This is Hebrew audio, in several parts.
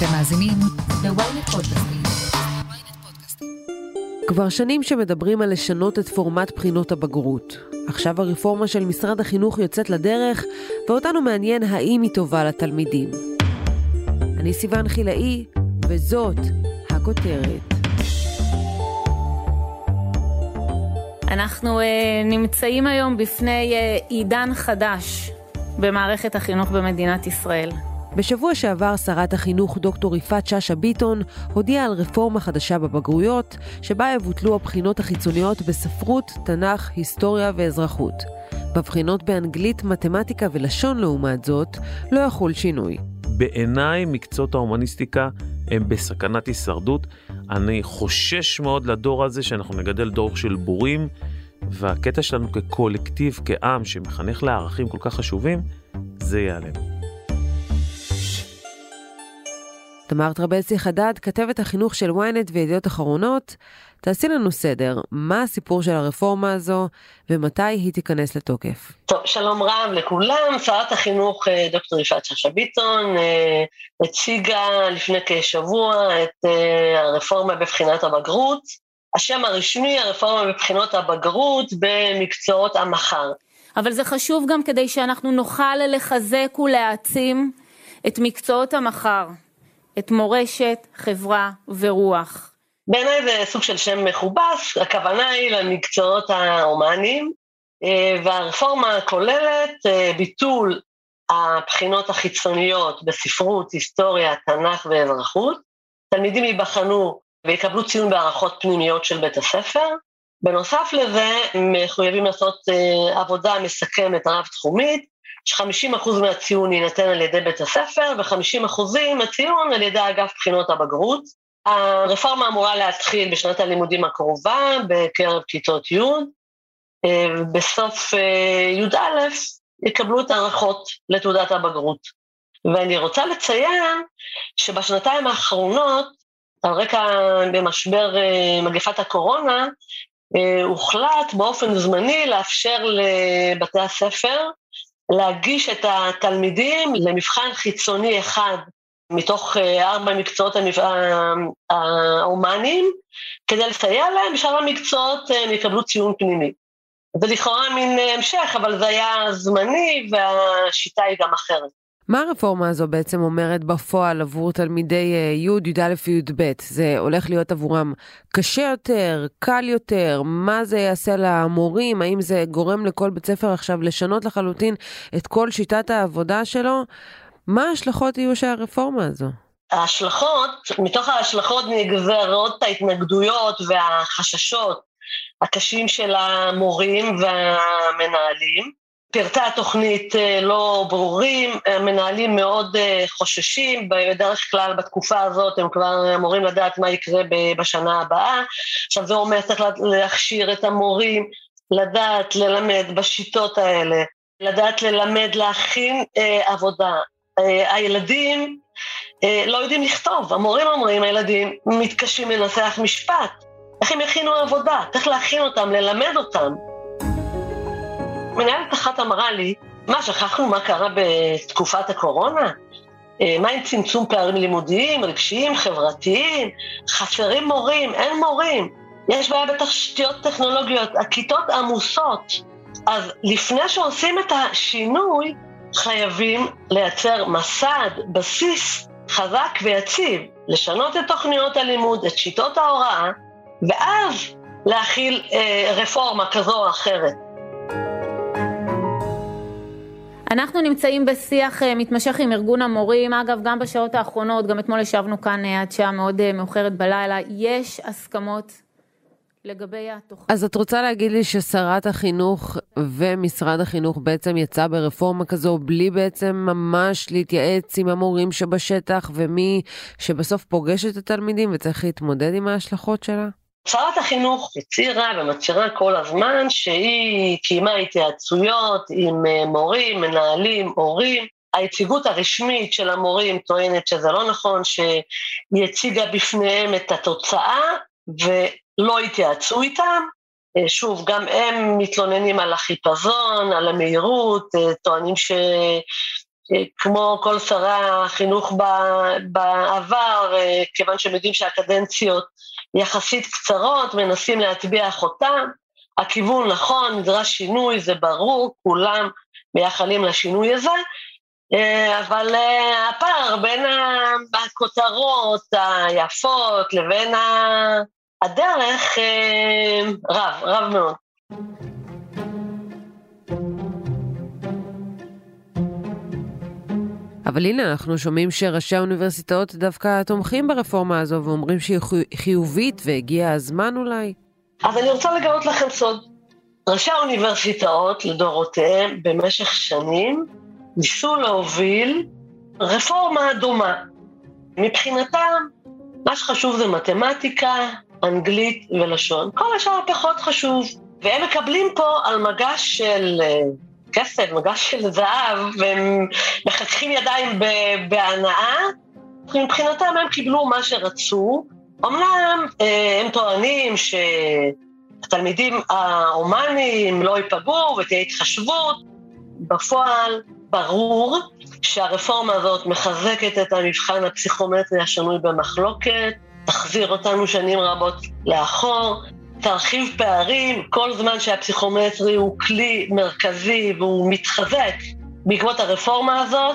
אתם מאזינים ל-ynet פודקאסטים. כבר שנים שמדברים על לשנות את פורמט בחינות הבגרות. עכשיו הרפורמה של משרד החינוך יוצאת לדרך, ואותנו מעניין האם היא טובה לתלמידים. אני סיוון חילאי, וזאת הכותרת. אנחנו נמצאים היום בפני עידן חדש במערכת החינוך במדינת ישראל. בשבוע שעבר שרת החינוך דוקטור יפעת שאשא ביטון הודיעה על רפורמה חדשה בבגרויות, שבה יבוטלו הבחינות החיצוניות בספרות, תנ"ך, היסטוריה ואזרחות. בבחינות באנגלית, מתמטיקה ולשון לעומת זאת, לא יחול שינוי. בעיניי מקצועות ההומניסטיקה הם בסכנת הישרדות. אני חושש מאוד לדור הזה שאנחנו נגדל דור של בורים, והקטע שלנו כקולקטיב, כעם שמחנך לערכים כל כך חשובים, זה ייעלם. תמר טרבלסי חדד, כתבת החינוך של ynet וידיעות אחרונות, תעשי לנו סדר, מה הסיפור של הרפורמה הזו ומתי היא תיכנס לתוקף? טוב, שלום רב לכולם. שרת החינוך דוקטור יפעת שאשא ביטון הציגה לפני כשבוע את הרפורמה בבחינת הבגרות. השם הרשמי, הרפורמה בבחינות הבגרות במקצועות המחר. אבל זה חשוב גם כדי שאנחנו נוכל לחזק ולהעצים את מקצועות המחר. את מורשת, חברה ורוח. בעיניי זה סוג של שם מכובס, הכוונה היא למקצועות ההומניים, והרפורמה כוללת ביטול הבחינות החיצוניות בספרות, היסטוריה, תנ"ך ואזרחות. תלמידים ייבחנו ויקבלו ציון בהערכות פנימיות של בית הספר. בנוסף לזה, הם מחויבים לעשות עבודה מסכמת רב-תחומית, ש50% מהציון יינתן על ידי בית הספר, ו50% מהציון על ידי אגף בחינות הבגרות. הרפורמה אמורה להתחיל בשנת הלימודים הקרובה, בקרב כיתות י', בסוף י"א יקבלו את הערכות לתעודת הבגרות. ואני רוצה לציין שבשנתיים האחרונות, על רקע במשבר מגפת הקורונה, הוחלט באופן זמני לאפשר לבתי הספר, להגיש את התלמידים למבחן חיצוני אחד מתוך 4 מקצועות ההומניים, כדי לסייע להם בשאר המקצועות יקבלו ציון פנימי. זה לכאורה מין המשך, אבל זה היה זמני והשיטה היא גם אחרת. מה הרפורמה הזו בעצם אומרת בפועל עבור תלמידי י', י"א וי"ב? זה הולך להיות עבורם קשה יותר, קל יותר? מה זה יעשה למורים? האם זה גורם לכל בית ספר עכשיו לשנות לחלוטין את כל שיטת העבודה שלו? מה ההשלכות יהיו של הרפורמה הזו? ההשלכות, מתוך ההשלכות נגזרות ההתנגדויות והחששות הקשים של המורים והמנהלים. פרטי התוכנית לא ברורים, המנהלים מאוד חוששים, בדרך כלל בתקופה הזאת הם כבר אמורים לדעת מה יקרה בשנה הבאה. עכשיו זה אומר צריך להכשיר את המורים, לדעת ללמד בשיטות האלה, לדעת ללמד להכין עבודה. הילדים לא יודעים לכתוב, המורים אומרים, הילדים מתקשים לנסח משפט, איך הם יכינו עבודה? צריך להכין אותם, ללמד אותם. מנהלת אחת אמרה לי, מה, שכחנו מה קרה בתקופת הקורונה? מה עם צמצום פערים לימודיים, רגשיים, חברתיים? חסרים מורים, אין מורים. יש בעיה בתשתיות טכנולוגיות, הכיתות עמוסות. אז לפני שעושים את השינוי, חייבים לייצר מסד, בסיס חזק ויציב, לשנות את תוכניות הלימוד, את שיטות ההוראה, ואז להכיל רפורמה כזו או אחרת. אנחנו נמצאים בשיח מתמשך עם ארגון המורים, אגב גם בשעות האחרונות, גם אתמול ישבנו כאן עד שעה מאוד מאוחרת בלילה, יש הסכמות לגבי התוכנית. אז את רוצה להגיד לי ששרת החינוך ומשרד החינוך בעצם יצא ברפורמה כזו, בלי בעצם ממש להתייעץ עם המורים שבשטח, ומי שבסוף פוגש את התלמידים וצריך להתמודד עם ההשלכות שלה? שרת החינוך הצהירה ומצהירה כל הזמן שהיא קיימה התייעצויות עם מורים, מנהלים, הורים. היציגות הרשמית של המורים טוענת שזה לא נכון, שהיא הציגה בפניהם את התוצאה ולא התייעצו איתם. שוב, גם הם מתלוננים על החיפזון, על המהירות, טוענים כמו כל שרי החינוך בעבר, כיוון שהם יודעים שהקדנציות יחסית קצרות, מנסים להטביע חותם, הכיוון נכון, נדרש שינוי, זה ברור, כולם מייחלים לשינוי הזה, אבל הפער בין הכותרות היפות לבין הדרך רב מאוד. אבל הנה, אנחנו שומעים שראשי האוניברסיטאות דווקא תומכים ברפורמה הזו, ואומרים שהיא חיובית והגיע הזמן אולי. אז אני רוצה לגלות לכם סוד. ראשי האוניברסיטאות לדורותיהם במשך שנים ניסו להוביל רפורמה דומה. מבחינתם, מה שחשוב זה מתמטיקה, אנגלית ולשון. כל השאר פחות חשוב. והם מקבלים פה על מגש של כסף, מגש של זהב, והם מחככים ידיים בהנאה. מבחינתם הם קיבלו מה שרצו. אמנם הם טוענים שהתלמידים האומניים לא ייפגעו ותהיה התחשבות. בפועל ברור שהרפורמה הזאת מחזקת את המבחן הפסיכומטרי השנוי במחלוקת, תחזיר אותנו שנים רבות לאחור, תרחיב פערים, כל זמן שהפסיכומטרי הוא כלי מרכזי והוא מתחזק בעקבות הרפורמה הזאת.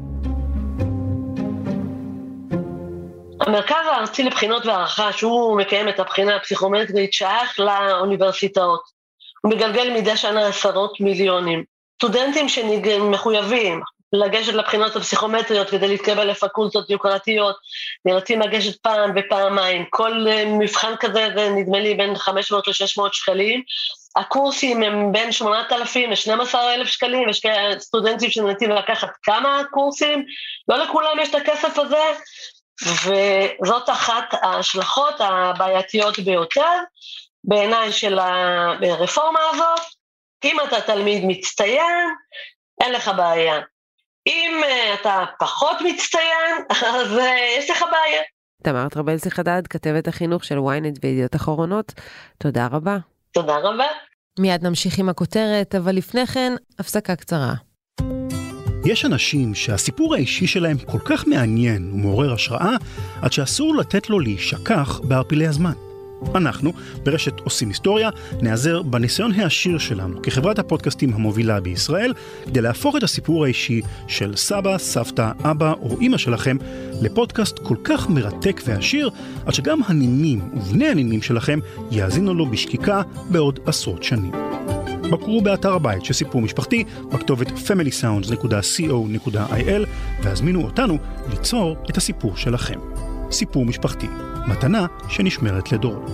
המרכז הארצי לבחינות והערכה, שהוא מקיים את הבחינה הפסיכומטרית, שייך לאוניברסיטאות. הוא מגלגל מדי שנה עשרות מיליונים. סטודנטים שמחויבים לגשת לבחינות הפסיכומטריות כדי להתקבל לפקולטות יוקרתיות, נאלצים לגשת פעם ופעמיים. כל מבחן כזה זה נדמה לי בין 500 ל-600 שקלים. הקורסים הם בין 8,000 ל-12,000 שקלים, יש סטודנטים שנאלצים לקחת כמה קורסים, לא לכולם יש את הכסף הזה, וזאת אחת ההשלכות הבעייתיות ביותר בעיניי של הרפורמה הזאת. אם אתה תלמיד מצטיין, אין לך בעיה. אם אתה פחות מצטיין, אז יש לך בעיה. תמר טרבלסי חדד, כתבת החינוך של ynet וידיעות אחרונות, תודה רבה. תודה רבה. מיד נמשיך עם הכותרת, אבל לפני כן, הפסקה קצרה. יש אנשים שהסיפור האישי שלהם כל כך מעניין ומעורר השראה, עד שאסור לתת לו להישכח בערפילי הזמן. אנחנו, ברשת עושים היסטוריה, נעזר בניסיון העשיר שלנו כחברת הפודקאסטים המובילה בישראל, כדי להפוך את הסיפור האישי של סבא, סבתא, אבא או אמא שלכם לפודקאסט כל כך מרתק ועשיר, עד שגם הנינים ובני הנינים שלכם יאזינו לו בשקיקה בעוד עשרות שנים. בקרו באתר הבית של סיפור משפחתי, בכתובת familysounds.co.il, והזמינו אותנו ליצור את הסיפור שלכם. סיפור משפחתי, מתנה שנשמרת לדורות.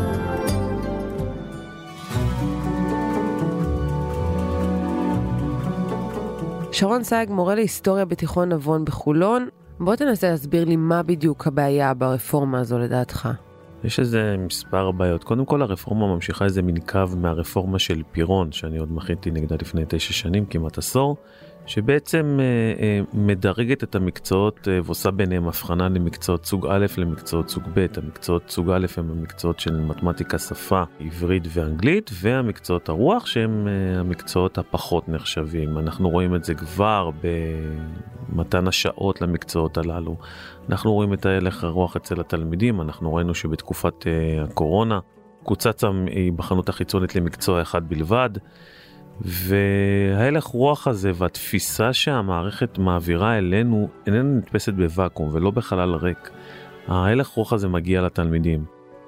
שרון סייג, מורה להיסטוריה בתיכון נבון בחולון. בוא תנסה להסביר לי מה בדיוק הבעיה ברפורמה הזו לדעתך. יש איזה מספר בעיות. קודם כל הרפורמה ממשיכה איזה מין קו מהרפורמה של פירון, שאני עוד מחיתי נגדה לפני 9 שנים, כמעט עשור, שבעצם מדרגת את המקצועות ועושה ביניהם הבחנה למקצועות סוג א' למקצועות סוג ב'. המקצועות סוג א' הם המקצועות של מתמטיקה, שפה, עברית ואנגלית, והמקצועות הרוח שהם המקצועות הפחות נחשבים. אנחנו רואים את זה כבר במתן השעות למקצועות הללו. אנחנו רואים את ההלך הרוח אצל התלמידים. אנחנו ראינו שבתקופת הקורונה קוצץ ההיבחנות החיצונית למקצוע אחד בלבד, וההלך רוח הזה והתפיסה שהמערכת מעבירה אלינו איננה נתפסת בוואקום ולא בחלל ריק. ההלך רוח הזה מגיע לתלמידים.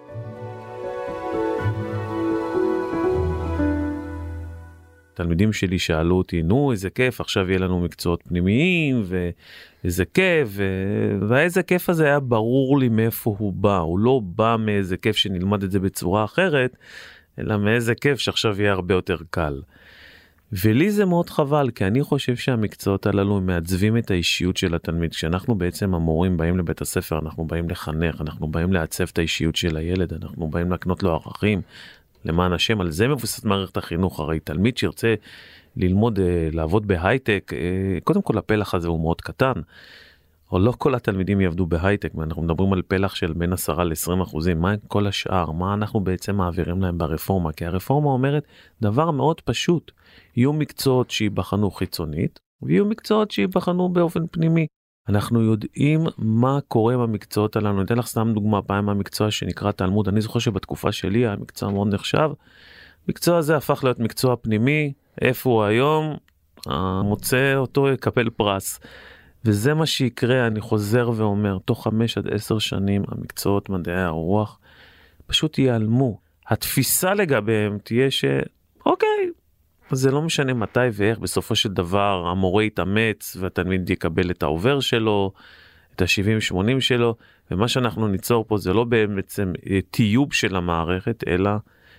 תלמידים שלי שאלו אותי, נו איזה כיף, עכשיו יהיה לנו מקצועות פנימיים ואיזה כיף, ואיזה כיף הזה היה ברור לי מאיפה הוא בא. הוא לא בא מאיזה כיף שנלמד את זה בצורה אחרת, אלא מאיזה כיף שעכשיו יהיה הרבה יותר קל. ולי זה מאוד חבל, כי אני חושב שהמקצועות הללו מעצבים את האישיות של התלמיד. כשאנחנו בעצם המורים באים לבית הספר, אנחנו באים לחנך, אנחנו באים לעצב את האישיות של הילד, אנחנו באים להקנות לו ערכים, למען השם, על זה מבוססת מערכת החינוך. הרי תלמיד שירצה ללמוד, לעבוד בהייטק, קודם כל הפלח הזה הוא מאוד קטן, או לא כל התלמידים יעבדו בהייטק, ואנחנו מדברים על פלח של בין 10 ל-20%, מה כל השאר, מה אנחנו בעצם מעבירים להם ברפורמה, כי הרפורמה אומרת דבר מאוד פשוט, יהיו מקצועות שיבחנו חיצונית, ויהיו מקצועות שיבחנו באופן פנימי. אנחנו יודעים מה קורה במקצועות הללו. אני אתן לך סתם דוגמה, פעם המקצוע שנקרא תלמוד, אני זוכר שבתקופה שלי המקצוע מאוד נחשב, המקצוע הזה הפך להיות מקצוע פנימי, איפה הוא היום, מוצא אותו יקבל פרס. וזה מה שיקרה, אני חוזר ואומר, תוך 5 עד 10 שנים המקצועות מדעי הרוח פשוט ייעלמו. התפיסה לגביהם תהיה אוקיי, זה לא משנה מתי ואיך, בסופו של דבר המורה יתאמץ והתלמיד יקבל את העובר שלו, את ה-70-80 שלו, ומה שאנחנו ניצור פה זה לא בעצם טיוב של המערכת, אלא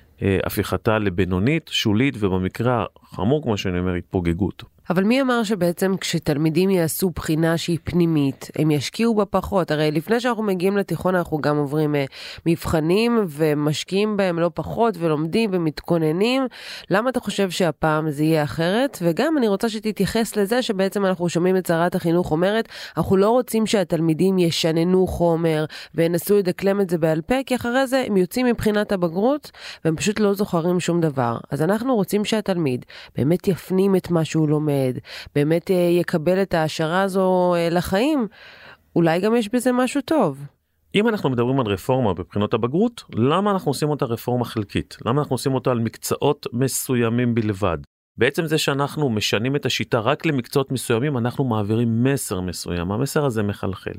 הפיכתה לבינונית, שולית, ובמקרה החמור, כמו שאני אומר, התפוגגות. אבל מי אמר שבעצם כשתלמידים יעשו בחינה שהיא פנימית, הם ישקיעו בה פחות? הרי לפני שאנחנו מגיעים לתיכון, אנחנו גם עוברים מבחנים ומשקיעים בהם לא פחות, ולומדים ומתכוננים. למה אתה חושב שהפעם זה יהיה אחרת? וגם אני רוצה שתתייחס לזה שבעצם אנחנו שומעים את שרת החינוך אומרת, אנחנו לא רוצים שהתלמידים ישננו חומר, וינסו לדקלם את זה בעל פה, כי אחרי זה הם יוצאים מבחינת הבגרות, והם פשוט לא זוכרים שום דבר. אז אנחנו רוצים שהתלמיד באמת יפנים את מה שהוא לומד, באמת יקבל את ההשערה הזו לחיים. אולי גם יש בזה משהו טוב. אם אנחנו מדברים על רפורמה בבחינות הבגרות, למה אנחנו עושים אותה רפורמה חלקית? למה אנחנו עושים אותה על מקצועות מסוימים בלבד? בעצם זה שאנחנו משנים את השיטה רק למקצועות מסוימים, אנחנו מעבירים מסר מסוים. המסר הזה מחלחל.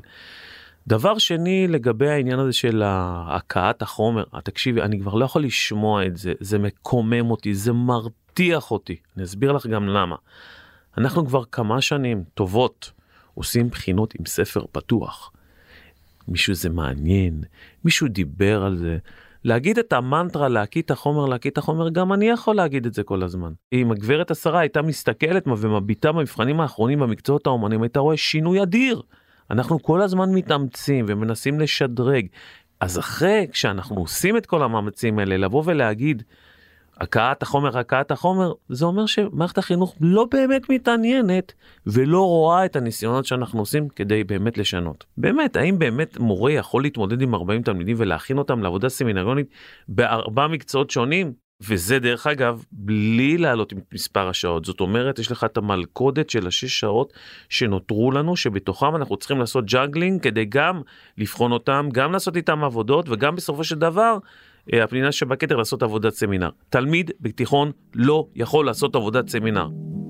דבר שני, לגבי העניין הזה של הקעת החומר, תקשיבי, אני כבר לא יכול לשמוע את זה, זה מקומם אותי, זה מרתיח אותי. אני אסביר לך גם למה. אנחנו כבר כמה שנים טובות עושים בחינות עם ספר פתוח. מישהו זה מעניין, מישהו דיבר על זה. להגיד את המנטרה, להקיא את החומר, גם אני יכול להגיד את זה כל הזמן. אם הגברת השרה הייתה מסתכלת ומביטה במבחנים האחרונים במקצועות האומנים, הייתה רואה שינוי אדיר. אנחנו כל הזמן מתאמצים ומנסים לשדרג. אז אחרי כשאנחנו עושים את כל המאמצים האלה, לבוא ולהגיד, הקעת החומר, זה אומר שמערכת החינוך לא באמת מתעניינת, ולא רואה את הניסיונות שאנחנו עושים כדי באמת לשנות. באמת, האם באמת מורה יכול להתמודד עם 40 תלמידים ולהכין אותם לעבודה סמינריונית ב4 מקצועות שונים? וזה דרך אגב, בלי לעלות עם מספר השעות. זאת אומרת, יש לך את המלכודת של 6 שעות שנותרו לנו, שבתוכם אנחנו צריכים לעשות ג'אגלינג, כדי גם לבחון אותם, גם לעשות איתם עבודות, וגם בסופו של דבר, הפנינה שבכתר לעשות עבודת סמינר. תלמיד בתיכון לא יכול לעשות עבודת סמינר.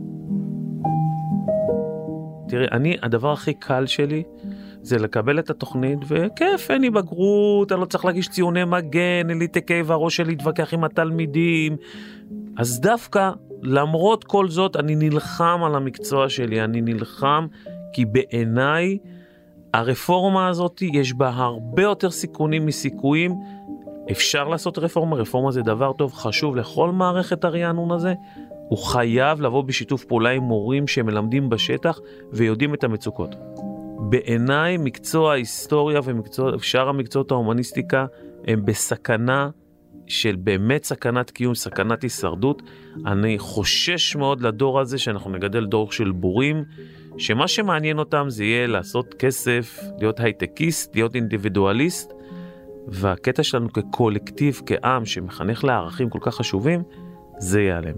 תראה, הדבר הכי קל שלי, זה לקבל את התוכנית, וכיף, אין לי בגרות, אני לא צריך להגיש ציוני מגן, אין לי תקי והראש שלי להתווכח עם התלמידים. אז דווקא, למרות כל זאת, אני נלחם על המקצוע שלי, אני נלחם, כי בעיניי, הרפורמה הזאת, יש בה הרבה יותר סיכונים מסיכויים. אפשר לעשות רפורמה זה דבר טוב, חשוב לכל מערכת הרענון הזה. הוא חייב לבוא בשיתוף פעולה עם מורים שמלמדים בשטח, ויודעים את המצוקות. בעיניי מקצוע ההיסטוריה ושאר המקצועות ההומניסטיקה הם בסכנה של באמת סכנת קיום, סכנת הישרדות. אני חושש מאוד לדור הזה שאנחנו נגדל דור של בורים, שמה שמעניין אותם זה יהיה לעשות כסף, להיות הייטקיסט, להיות אינדיבידואליסט, והקטע שלנו כקולקטיב, כעם שמחנך לערכים כל כך חשובים, זה ייעלם.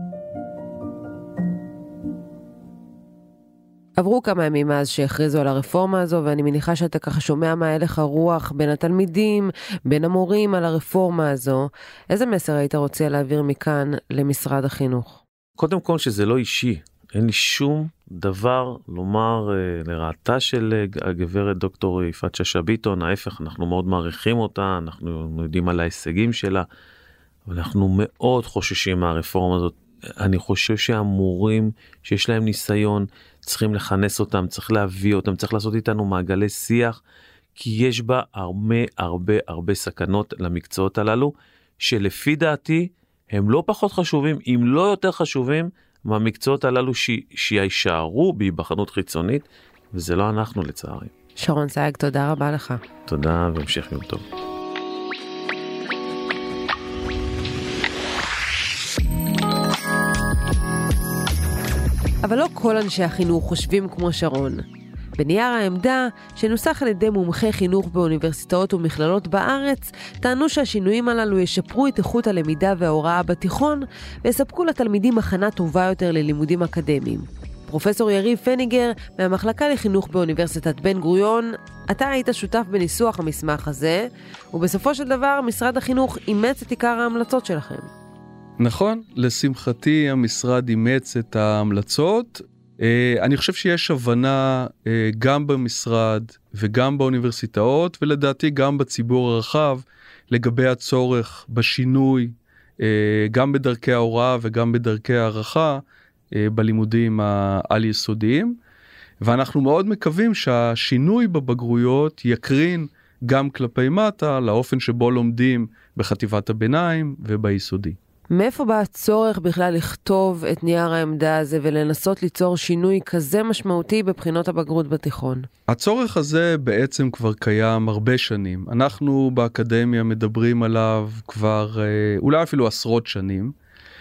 עברו כמה ימים מאז שהכריזו על הרפורמה הזו, ואני מניחה שאתה ככה שומע מה הלך הרוח בין התלמידים, בין המורים על הרפורמה הזו. איזה מסר היית רוצה להעביר מכאן למשרד החינוך? קודם כל שזה לא אישי. אין לי שום דבר לומר לרעתה של הגברת דוקטור יפעת שאשא ביטון. ההפך, אנחנו מאוד מעריכים אותה, אנחנו יודעים על ההישגים שלה, אבל אנחנו מאוד חוששים מהרפורמה הזאת. אני חושב שהמורים שיש להם ניסיון, צריכים לכנס אותם, צריך להביא אותם, צריך לעשות איתנו מעגלי שיח, כי יש בה הרבה סכנות למקצועות הללו, שלפי דעתי הם לא פחות חשובים, אם לא יותר חשובים, מהמקצועות הללו שישארו בהיבחנות חיצונית, וזה לא אנחנו לצערי. שרון סייג, תודה רבה לך. תודה והמשך יום טוב. אבל לא כל אנשי החינוך חושבים כמו שרון. בנייר העמדה, שנוסח על ידי מומחי חינוך באוניברסיטאות ומכללות בארץ, טענו שהשינויים הללו ישפרו את איכות הלמידה וההוראה בתיכון, ויספקו לתלמידים הכנה טובה יותר ללימודים אקדמיים. פרופסור יריב פניגר מהמחלקה לחינוך באוניברסיטת בן גוריון, אתה היית שותף בניסוח המסמך הזה, ובסופו של דבר משרד החינוך אימץ את עיקר ההמלצות שלכם. נכון, לשמחתי המשרד אימץ את ההמלצות. אני חושב שיש הבנה גם במשרד וגם באוניברסיטאות, ולדעתי גם בציבור הרחב, לגבי הצורך בשינוי, גם בדרכי ההוראה וגם בדרכי הערכה, בלימודים העל יסודיים. ואנחנו מאוד מקווים שהשינוי בבגרויות יקרין גם כלפי מטה, לאופן שבו לומדים בחטיבת הביניים וביסודי. מאיפה בא הצורך בכלל לכתוב את נייר העמדה הזה ולנסות ליצור שינוי כזה משמעותי בבחינות הבגרות בתיכון? הצורך הזה בעצם כבר קיים הרבה שנים. אנחנו באקדמיה מדברים עליו כבר אולי אפילו עשרות שנים,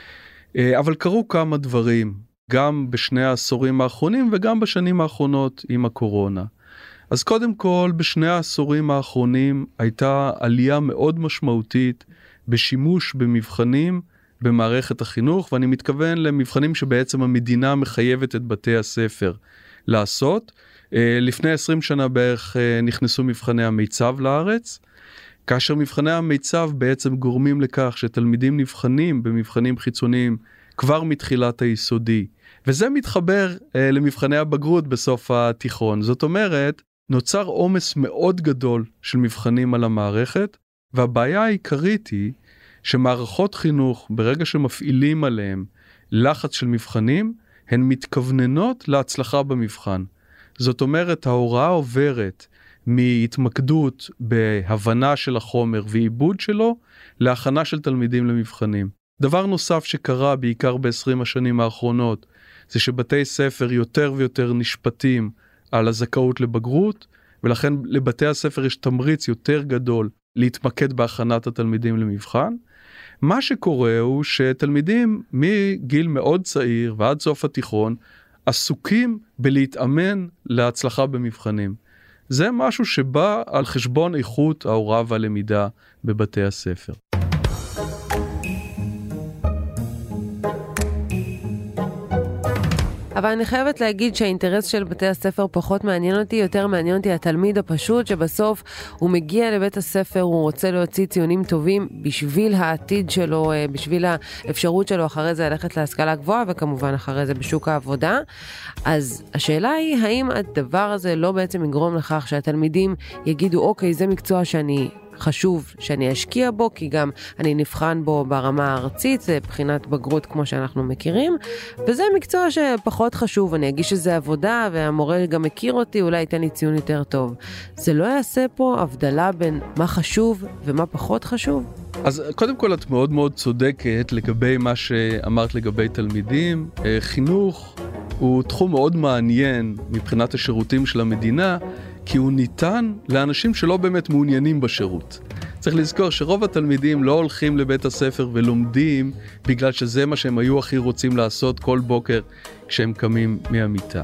אבל קרו כמה דברים, גם בשני העשורים האחרונים וגם בשנים האחרונות עם הקורונה. אז קודם כל, בשני העשורים האחרונים הייתה עלייה מאוד משמעותית בשימוש במבחנים במערכת החינוך, ואני מתכוון למבחנים שבעצם המדינה מחייבת את בתי הספר לעשות. לפני 20 שנה בערך נכנסו מבחני המיצב לארץ, כאשר מבחני המיצב בעצם גורמים לכך שתלמידים נבחנים במבחנים חיצוניים כבר מתחילת היסודי, וזה מתחבר למבחני הבגרות בסוף התיכון. זאת אומרת, נוצר עומס מאוד גדול של מבחנים על המערכת, והבעיה העיקרית היא שמערכות חינוך, ברגע שמפעילים עליהם לחץ של מבחנים, הן מתכווננות להצלחה במבחן. זאת אומרת, ההוראה עוברת מהתמקדות בהבנה של החומר ועיבוד שלו, להכנה של תלמידים למבחנים. דבר נוסף שקרה בעיקר ב-20 השנים האחרונות, זה שבתי ספר יותר ויותר נשפטים על הזכאות לבגרות, ולכן לבתי הספר יש תמריץ יותר גדול להתמקד בהכנת התלמידים למבחן. מה שקורה הוא שתלמידים מגיל מאוד צעיר ועד סוף התיכון עסוקים בלהתאמן להצלחה במבחנים. זה משהו שבא על חשבון איכות ההוראה והלמידה בבתי הספר. אבל אני חייבת להגיד שהאינטרס של בתי הספר פחות מעניין אותי, יותר מעניין אותי התלמיד הפשוט שבסוף הוא מגיע לבית הספר, הוא רוצה להוציא ציונים טובים בשביל העתיד שלו, בשביל האפשרות שלו אחרי זה ללכת להשכלה גבוהה, וכמובן אחרי זה בשוק העבודה. אז השאלה היא, האם הדבר הזה לא בעצם יגרום לכך שהתלמידים יגידו, אוקיי, זה מקצוע חשוב שאני אשקיע בו, כי גם אני נבחן בו ברמה הארצית, זה בחינת בגרות כמו שאנחנו מכירים, וזה מקצוע שפחות חשוב, אני אגיש איזה עבודה, והמורה גם מכיר אותי, אולי ייתן לי ציון יותר טוב. זה לא יעשה פה הבדלה בין מה חשוב ומה פחות חשוב? אז קודם כל את מאוד מאוד צודקת לגבי מה שאמרת לגבי תלמידים. חינוך הוא תחום מאוד מעניין מבחינת השירותים של המדינה, כי הוא ניתן לאנשים שלא באמת מעוניינים בשירות. צריך לזכור שרוב התלמידים לא הולכים לבית הספר ולומדים בגלל שזה מה שהם היו הכי רוצים לעשות כל בוקר כשהם קמים מהמיטה.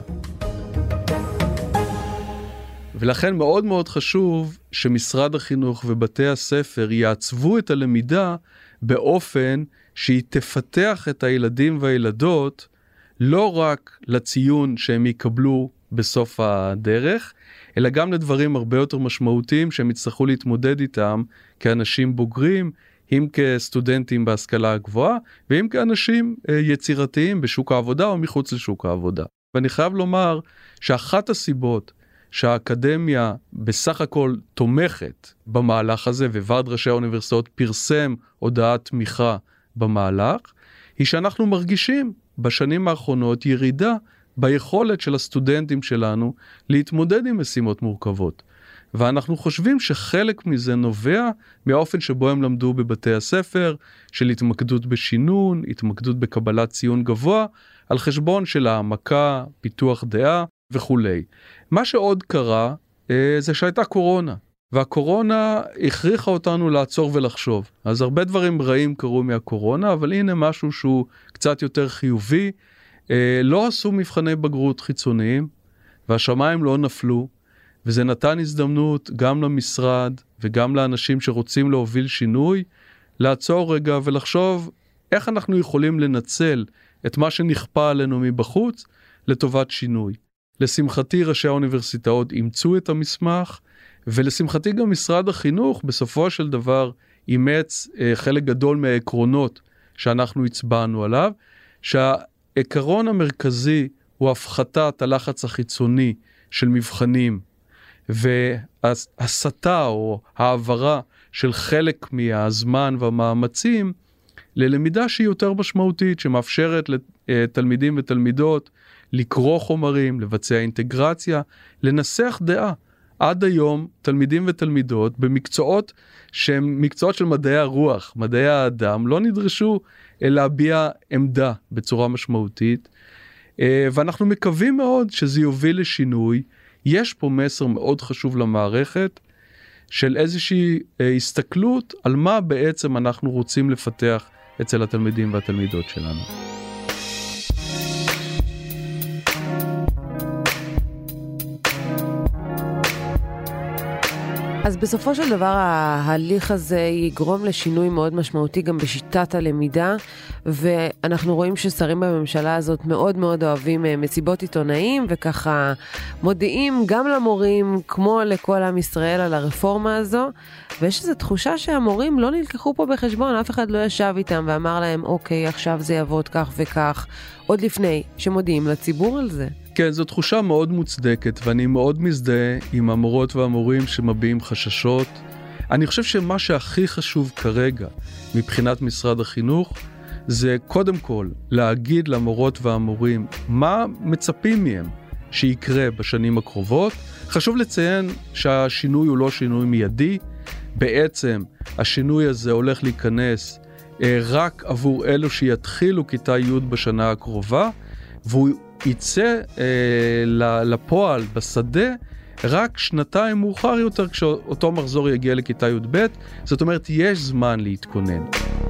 ולכן מאוד מאוד חשוב שמשרד החינוך ובתי הספר יעצבו את הלמידה באופן שהיא תפתח את הילדים והילדות לא רק לציון שהם יקבלו בסוף הדרך, אלא גם לדברים הרבה יותר משמעותיים שהם יצטרכו להתמודד איתם כאנשים בוגרים, אם כסטודנטים בהשכלה הגבוהה, ואם כאנשים יצירתיים בשוק העבודה או מחוץ לשוק העבודה. ואני חייב לומר שאחת הסיבות שהאקדמיה בסך הכל תומכת במהלך הזה, וועד ראשי האוניברסיטאות פרסם הודעת תמיכה במהלך, היא שאנחנו מרגישים בשנים האחרונות ירידה ביכולת של הסטודנטים שלנו להתמודד עם משימות מורכבות. ואנחנו חושבים שחלק מזה נובע מהאופן שבו הם למדו בבתי הספר, של התמקדות בשינון, התמקדות בקבלת ציון גבוה, על חשבון של העמקה, פיתוח דעה וכו'. מה שעוד קרה זה שהייתה קורונה, והקורונה הכריחה אותנו לעצור ולחשוב. אז הרבה דברים רעים קרו מהקורונה, אבל הנה משהו שהוא קצת יותר חיובי. לא עשו מבחני בגרות חיצוניים, והשמיים לא נפלו, וזה נתן הזדמנות גם למשרד וגם לאנשים שרוצים להוביל שינוי, לעצור רגע ולחשוב איך אנחנו יכולים לנצל את מה שנכפה עלינו מבחוץ, לטובת שינוי. לשמחתי ראשי האוניברסיטאות אימצו את המסמך, ולשמחתי גם משרד החינוך בסופו של דבר אימץ חלק גדול מהעקרונות שאנחנו הצבענו עליו, שהעקרון המרכזי הוא הפחתת הלחץ החיצוני של מבחנים, והסתה או העברה של חלק מהזמן והמאמצים ללמידה שהיא יותר משמעותית, שמאפשרת לתלמידים ותלמידות לקרוא חומרים, לבצע אינטגרציה, לנסח דעה. עד היום תלמידים ותלמידות במקצועות שהם מקצועות של מדעי הרוח, מדעי האדם, לא נדרשו להביע עמדה בצורה משמעותית, ואנחנו מקווים מאוד שזה יוביל לשינוי. יש פה מסר מאוד חשוב למערכת, של איזושהי הסתכלות על מה בעצם אנחנו רוצים לפתח אצל התלמידים והתלמידות שלנו. אז בסופו של דבר ההליך הזה יגרום לשינוי מאוד משמעותי גם בשיטת הלמידה, ואנחנו רואים ששרים בממשלה הזאת מאוד מאוד אוהבים מסיבות עיתונאים, וככה מודיעים גם למורים כמו לכל עם ישראל על הרפורמה הזו, ויש איזו תחושה שהמורים לא נלקחו פה בחשבון, אף אחד לא ישב איתם ואמר להם אוקיי, עכשיו זה יעבוד כך וכך, עוד לפני שמודיעים לציבור על זה. כן, זו תחושה מאוד מוצדקת, ואני מאוד מזדהה עם המורות והמורים שמביעים חששות. אני חושב שמה שהכי חשוב כרגע מבחינת משרד החינוך, זה קודם כל להגיד למורות והמורים מה מצפים מהם שיקרה בשנים הקרובות. חשוב לציין שהשינוי הוא לא שינוי מיידי, בעצם השינוי הזה הולך להיכנס רק עבור אלו שיתחילו כיתה י' בשנה הקרובה, והוא יצא לפועל בשדה רק שנתיים מאוחר יותר כשאותו מחזור יגיע לכיתה י"ב, זאת אומרת יש זמן להתכונן.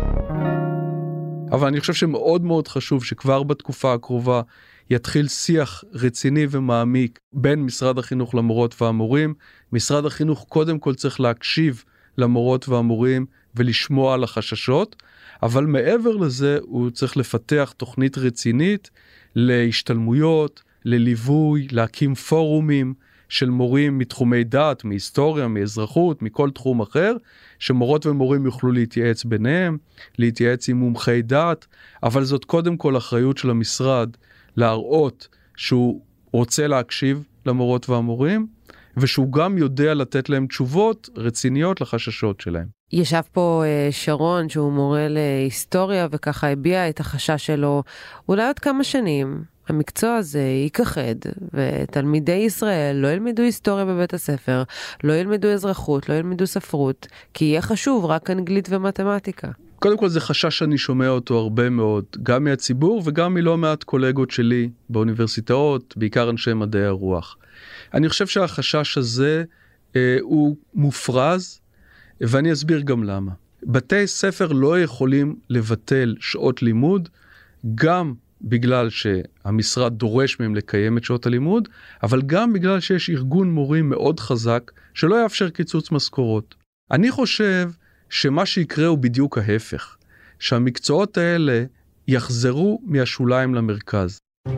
אבל אני חושב שמאוד מאוד חשוב שכבר בתקופה הקרובה יתחיל שיח רציני ומעמיק בין משרד החינוך למורות והמורים. משרד החינוך קודם כל צריך להקשיב למורות והמורים ולשמוע על החששות, אבל מעבר לזה הוא צריך לפתח תוכנית רצינית להשתלמויות, לליווי, להקים פורומים של מורים מתחומי דת, מהיסטוריה, מאזרחות, מכל תחום אחר, שמורות ומורים יוכלו להתייעץ ביניהם, להתייעץ עם מומחי דת, אבל זאת קודם כל אחריות של המשרד להראות שהוא רוצה להקשיב למורות והמורים, ושהוא גם יודע לתת להם תשובות רציניות לחששות שלהם. ישב פה שרון שהוא מורה להיסטוריה וככה הביע את החשש שלו, אולי עוד כמה שנים המקצוע הזה ייכחד ותלמידי ישראל לא ילמדו היסטוריה בבית הספר, לא ילמדו אזרחות, לא ילמדו ספרות, כי יהיה חשוב רק אנגלית ומתמטיקה. קודם כל זה חשש שאני שומע אותו הרבה מאוד, גם מהציבור וגם מלא מעט קולגות שלי באוניברסיטאות, בעיקר אנשי מדעי הרוח. אני חושב שהחשש הזה הוא מופרז, ואני אסביר גם למה. בתי ספר לא יכולים לבטל שעות לימוד, גם בגלל שהמשרד דורש מהם לקיים את שעות הלימוד, אבל גם בגלל שיש ארגון מורים מאוד חזק, שלא יאפשר קיצוץ משכורות. אני חושב שמה שיקרה הוא בדיוק ההפך, שהמקצועות האלה יחזרו מהשוליים למרכז.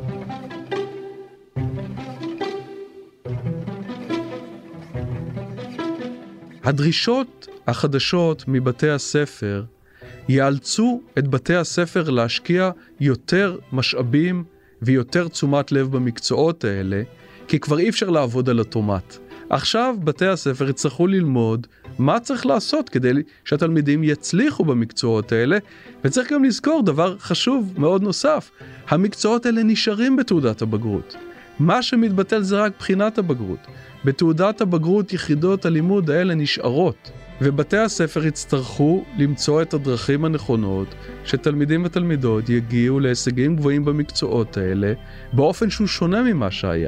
הדרישות החדשות מבתי הספר יאלצו את בתי הספר להשקיע יותר משאבים ויותר תשומת לב במקצועות האלה, כי כבר אי אפשר לעבוד על אוטומט. עכשיו בתי הספר יצטרכו ללמוד מה צריך לעשות כדי שהתלמידים יצליחו במקצועות האלה, וצריך גם לזכור דבר חשוב מאוד נוסף, המקצועות האלה נשארים בתעודת הבגרות. מה שמתבטל זה רק בחינת הבגרות. בתעודת הבגרות יחידות הלימוד האלה נשארות, ובתי הספר יצטרכו למצוא את הדרכים הנכונות שתלמידים ותלמידות יגיעו להישגים גבוהים במקצועות האלה באופן שהוא שונה ממה שהיה.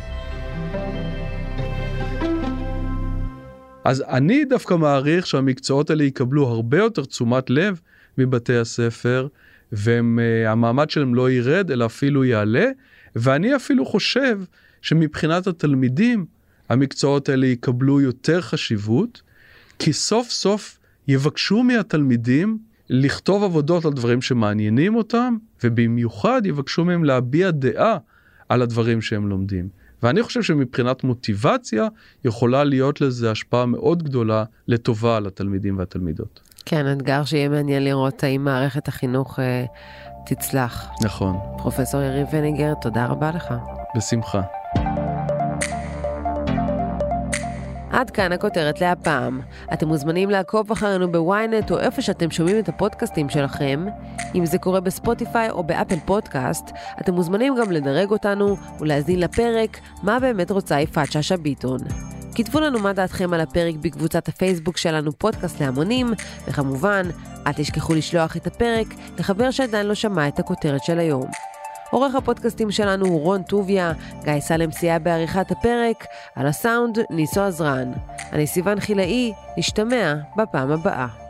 אז אני דווקא מעריך שהמקצועות האלה יקבלו הרבה יותר תשומת לב מבתי הספר, והמעמד שלהם לא ירד אלא אפילו יעלה, ואני אפילו חושב שמבחינת התלמידים המקצועות האלה יקבלו יותר חשיבות, כי סוף סוף יבקשו מהתלמידים לכתוב עבודות על דברים שמעניינים אותם, ובמיוחד יבקשו מהם להביע דעה על הדברים שהם לומדים. ואני חושב שמבחינת מוטיבציה יכולה להיות לזה השפעה מאוד גדולה לטובה על התלמידים והתלמידות. כן, אתגר שיהיה מעניין לראות האם מערכת החינוך תצלח. נכון. פרופסור יריב וניגר, תודה רבה לך. בשמחה. עד כאן הכותרת להפעם. אתם מוזמנים לעקוב אחרינו בוויינט או איפה שאתם שומעים את הפודקאסטים שלכם. אם זה קורה בספוטיפיי או באפל פודקאסט, אתם מוזמנים גם לדרג אותנו ולהזין לפרק מה באמת רוצה יפעת שאשא ביטון. כתבו לנו מה דעתכם על הפרק בקבוצת הפייסבוק שלנו פודקאסט להמונים, וכמובן, אל תשכחו לשלוח את הפרק לחבר שעדיין לא שמע את הכותרת של היום. עורך הפודקאסטים שלנו הוא רון טוביה, גיא סלם סייע בעריכת הפרק, על הסאונד ניסו עזרן. אני סיוון חילאי, נשתמע בפעם הבאה.